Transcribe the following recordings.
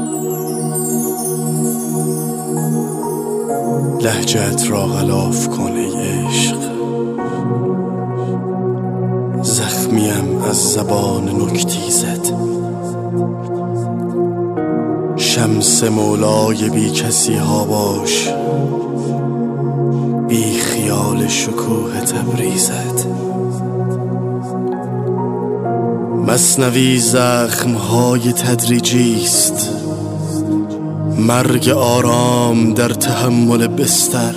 لهجت را غلاف کن ای عشق، زخمیم از زبان نکتیزت. شمس مولای بی کسی ها باش، بی خیال شکوه تبریزت. مثنوی زخمهای تدریجی است، مرگ آرام در تحمل بستر.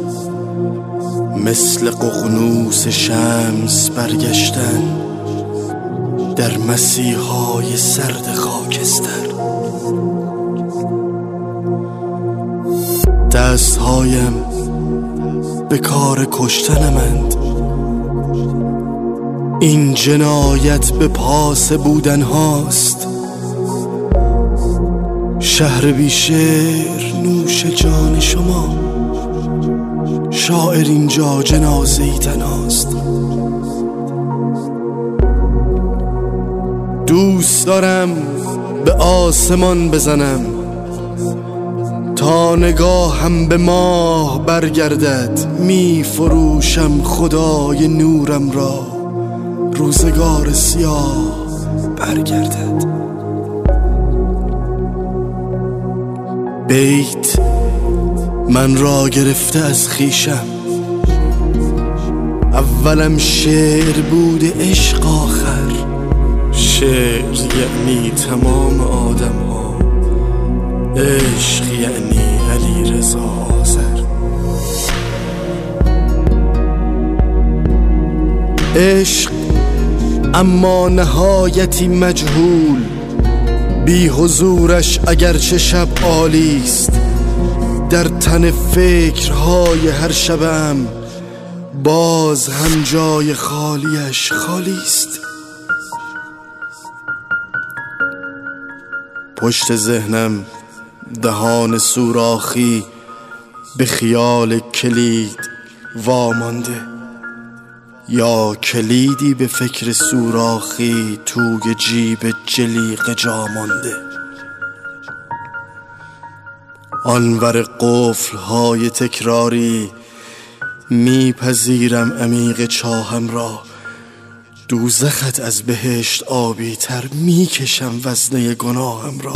مثل ققنوس شمس برگشتن در مسیحای سرد خاکستر. دستهایم به کار کشتنمند، این جنایت به پاس بودن هاست. شهر بی شعر نوش جان شما، شاعر اینجا جنازه‌ای تنهاست. دوست دارم به آسمان بزنم تا نگاهم به ماه برگردد. می فروشم خدای نورم را، روزگار سیاه برگردد. بیت من را گرفته از خویشم، اولم شعر بود عشق، آخر شعر یعنی تمام آدم ها، عشق یعنی علی رضا آذر. عشق اما نهایتی مجهول، بی حضورش اگرچه شب عالیست. در تن فکرهای هر شبم باز هم جای خالیش خالیست. پشت ذهنم دهان سوراخی به خیال کلید وامانده، یا کلیدی به فکر سوراخی توی جیب جلیقه جا مانده. آنور قفل‌های تکراری میپذیرم عمیق چاهم را، دوزخت از بهشت آبی تر میکشم وزنه گناهم را.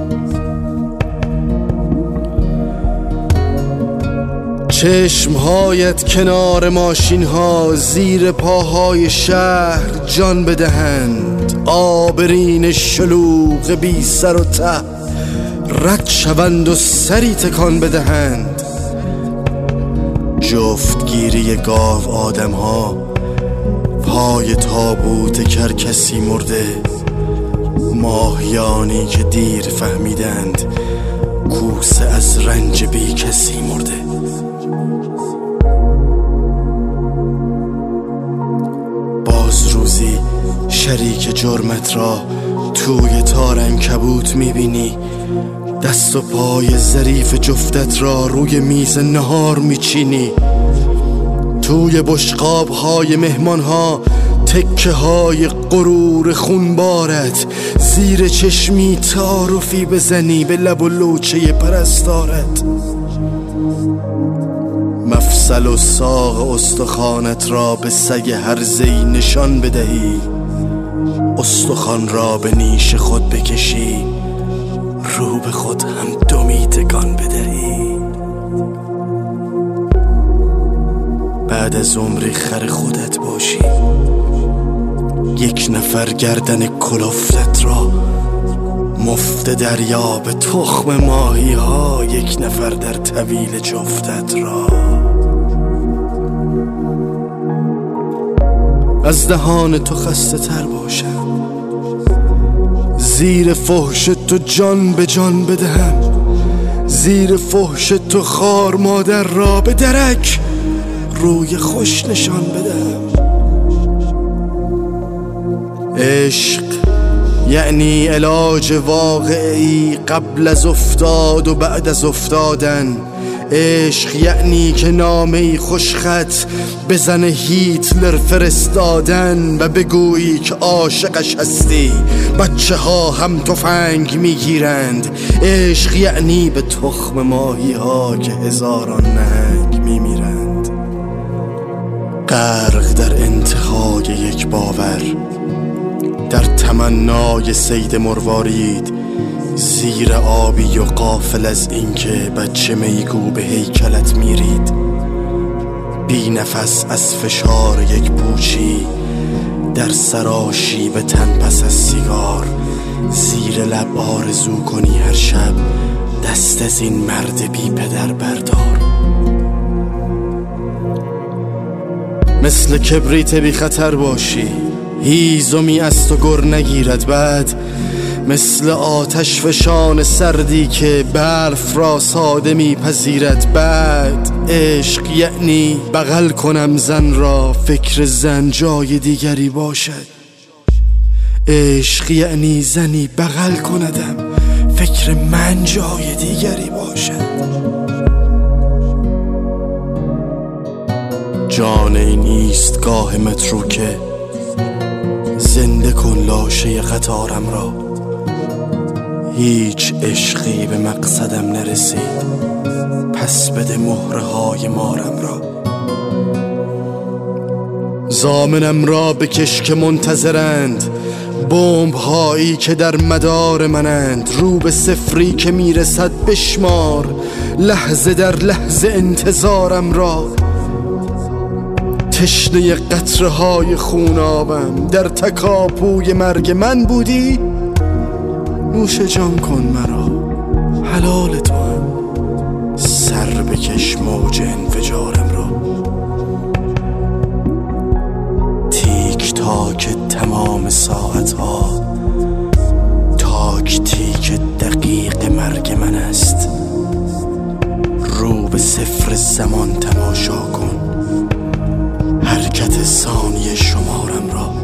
چشمهایت کنار ماشین ها زیر پاهای شهر جان بدهند، آبرین شلوغ بی سر و ته رد شوند و سری تکان بدهند. جفتگیری گاو آدم ها پای تابوت کرکسی مرده، ماهیانی که دیر فهمیدند کوسه از رنج بی کسی مرده. باز روزی شریک جرمت را توی تار عنکبوت میبینی، دست و پای ظریف جفتت را روی میز نهار میچینی. توی بشقاب های مهمان ها تکه های غرور خونبارت، زیر چشمی تعارفی بزنی به لب و لوچه پرستارت. مفصل و ساق استخوانت را به سگ هرزه‌ای نشان بدهی، استخوان را به نیش خود بکشی، رو به خود هم دمی تکان بدهی. بعد از عمری خر خودت باشی، یک نفر گردن کلفتت را مفت دریا به تخم ماهی ها، یک نفر در طویل جفتت را. از دهان تو خسته تر باشم، زیر فحش تو جان به جان بدهم، زیر فحش تو خار مادر را به درک روی خوش نشان بدهم. عشق یعنی علاج واقعی قبل از افتاد و بعد از افتادن. عشق یعنی که نامه‌ای خوشخط بزنه هیتلر فرستادن و بگویی که عاشقش هستی. بچه ها هم تفنگ میگیرند. عشق یعنی به تخم ماهی ها که هزاران نهنگ میمیرند. غرق در انتهای یک باور، در تمنای صید مروارید، زیر آبی و غافل از اینکه بچه میگو به هیکلت میرید. بی نفس از فشار یک پوچی، در سراشی به تن پس از سیگار، زیر لب آرزو کنی هر شب دست از این مرد بی پدر بردار. مثل کبریت بی خطر باشی، هیزمی از تو گر نگیرد. بعد مثل آتش فشان سردی که برف را ساده میپذیرد. بعد عشق یعنی بغل کنم زن را، فکر زن جای دیگری باشد. عشق یعنی زنی بغل کندم، فکر من جای دیگری باشد. جان این ایستگاه مترو که زنده کن لاشه قطارم را. هیچ عشقی به مقصدم نرسید، پس بده مهره های مارم را. ضامنم را بکش که منتظرند، بمب هایی که در مدار منند. رو به صفری که میرسد بشمار، لحظه در لحظه انتظارم را. تشنه قطره های خونابم، در تکاپوی مرگ من بودی. نوش جان کن مرا، حلال تو هم، سر بکش موج انفجارم را. تیک تاک تمام ساعت ها، تاکتیک دقیق مرگ من است. رو به صفر زمان تماشا کن، حرکت ثانیه شمارم را.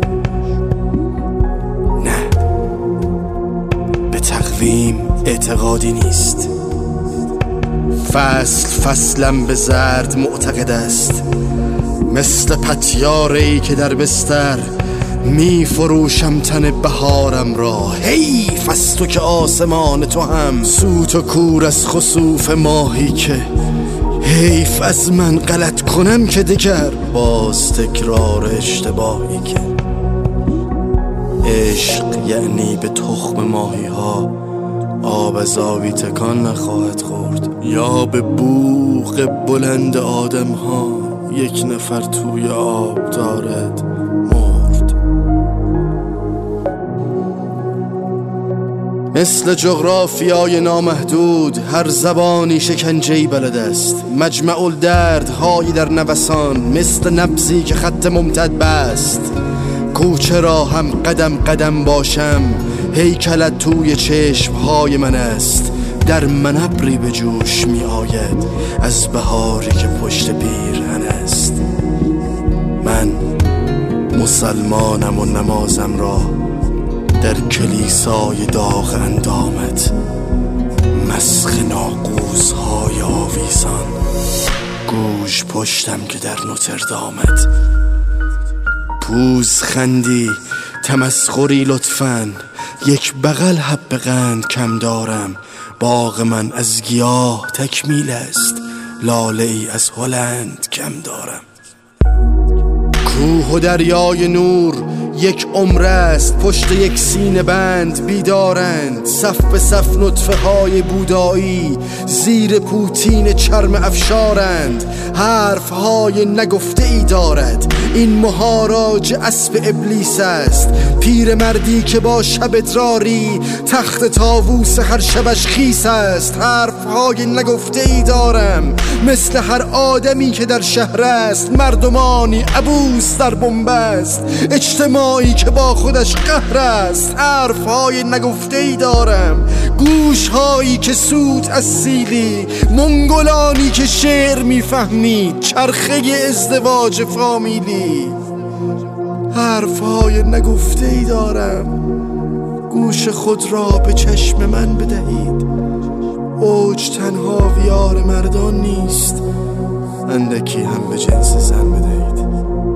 نه، به تقویم اعتقادی نیست. فصلم به زرد معتقد است، مثل پتیاره‌ای که در بستر می فروشم تن بهارم را. حیف از تو که آسمان تو هم سوت و کور از خسوف ماهی که حیف از من غلط کنم که دیگر باز تکرار اشتباهی که. عشق یعنی به تخم ماهی ها آب از آبی تکان نخواهد خورد، یا به بوق بلند آدم ها یک نفر توی آب دارد مرد. مثل جغرافیای نامحدود، هر زبانی شکنجه‌ای بلد است. مجمع الدردهای در نوسان، مثل نبضی که خط ممتد بست. کوچه را هم قدم قدم باشم، هیکلت توی چشمهای من است. در من ابری به جوش می آید از بهاری که پشت پیرهن است. من مسلمانم و نمازم را در کلیسای داغ اندامت، مسخ ناقوس‌های آویزان، گوش پشتم که در نوتردامت. پوز خندی تمسخری لطفاً، یک بغل حب قند کم دارم. باغ من از گیاه تکمیل است، لاله ای از هلند کم دارم. کوه و دریای نور یک عمر است، پشت یک سینه بند بیدارند. صف به صف نطفه های بودایی زیر پوتین چرم افشارند. حرف های نگفته ای دارد، این مهاراج اسب ابلیس است. پیر مردی که با شب ادراری تخت طاووس هر شبش خیس است. حرف های نگفته ای دارم، مثل هر آدمی که در شهر است. مردمانی عبوس در بنبست، اجتماعی که با خودش قهر است. حرفهای نگفته ای دارم، گوشهایی که سوت از سیلی، منگولانی که شعر میفهمید، چرخه ازدواج فامیلی. حرفهای نگفته ای دارم، گوش خود را به چشم من بدهید. اوج تنها ویار من مردان نیست اندکی هم به جنس زن بدهید.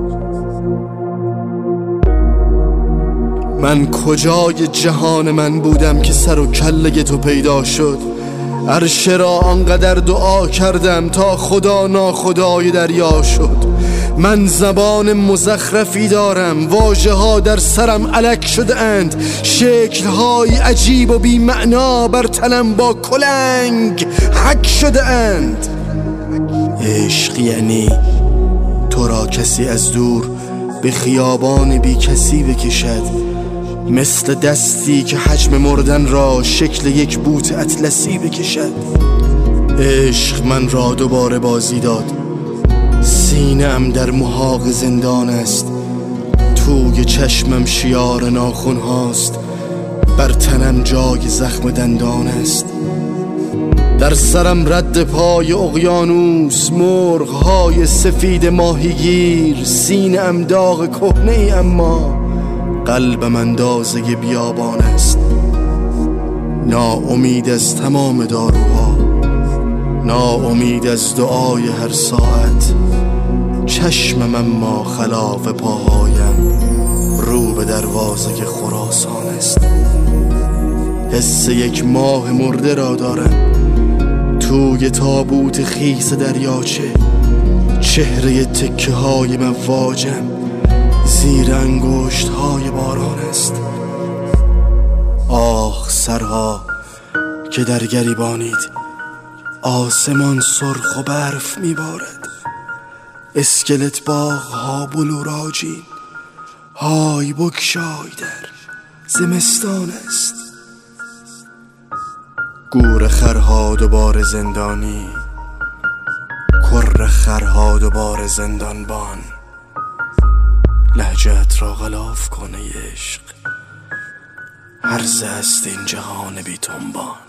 من کجای جهان من بودم که سر و کله تو پیدا شد؟ عرش را آنقدر دعا کردم تا خدا ناخدای دریا شد. من زبان مزخرفی دارم، واژه ها در سرم الک شده اند، شکل های عجیب و بی معنا بر تنم با کلنگ حک شده اند. عشق یعنی تو را کسی از دور به خیابان بی کسی بکشد، مثل دستی که حجم مردن را شکل یک بوت اطلسی بکشد. عشق من را دوباره بازی داد، سینه‌ام در محاق زندان است، توی چشمم شیار ناخن هاست، بر تنم جای زخم دندان است. در سرم رد پای اقیانوس، مرغ های سفید ماهیگیر، سینه‌ام داغ کهنه ای اما قلبم اندازه بیابان است. ناامید از تمام داروها، ناامید از دعای هر ساعت، چشمم اما خلاف پاهایم رو به دروازه خراسان است. حس یک ماه مرده را دارم توی تابوت خیس دریاچه، چهره تکه های مواجم زیر انگشت های باران است. آه سرها که در گریبانید، آسمان سرخ و برف میبارد، اسکلت باغ ها بلوراجین، های بگشای در زمستان است. گور خرها دوباره زندانی، کر خرها دوباره زندانبان، لهجت را غلاف کنه عشق، هرزه است این جهان بی تنبان.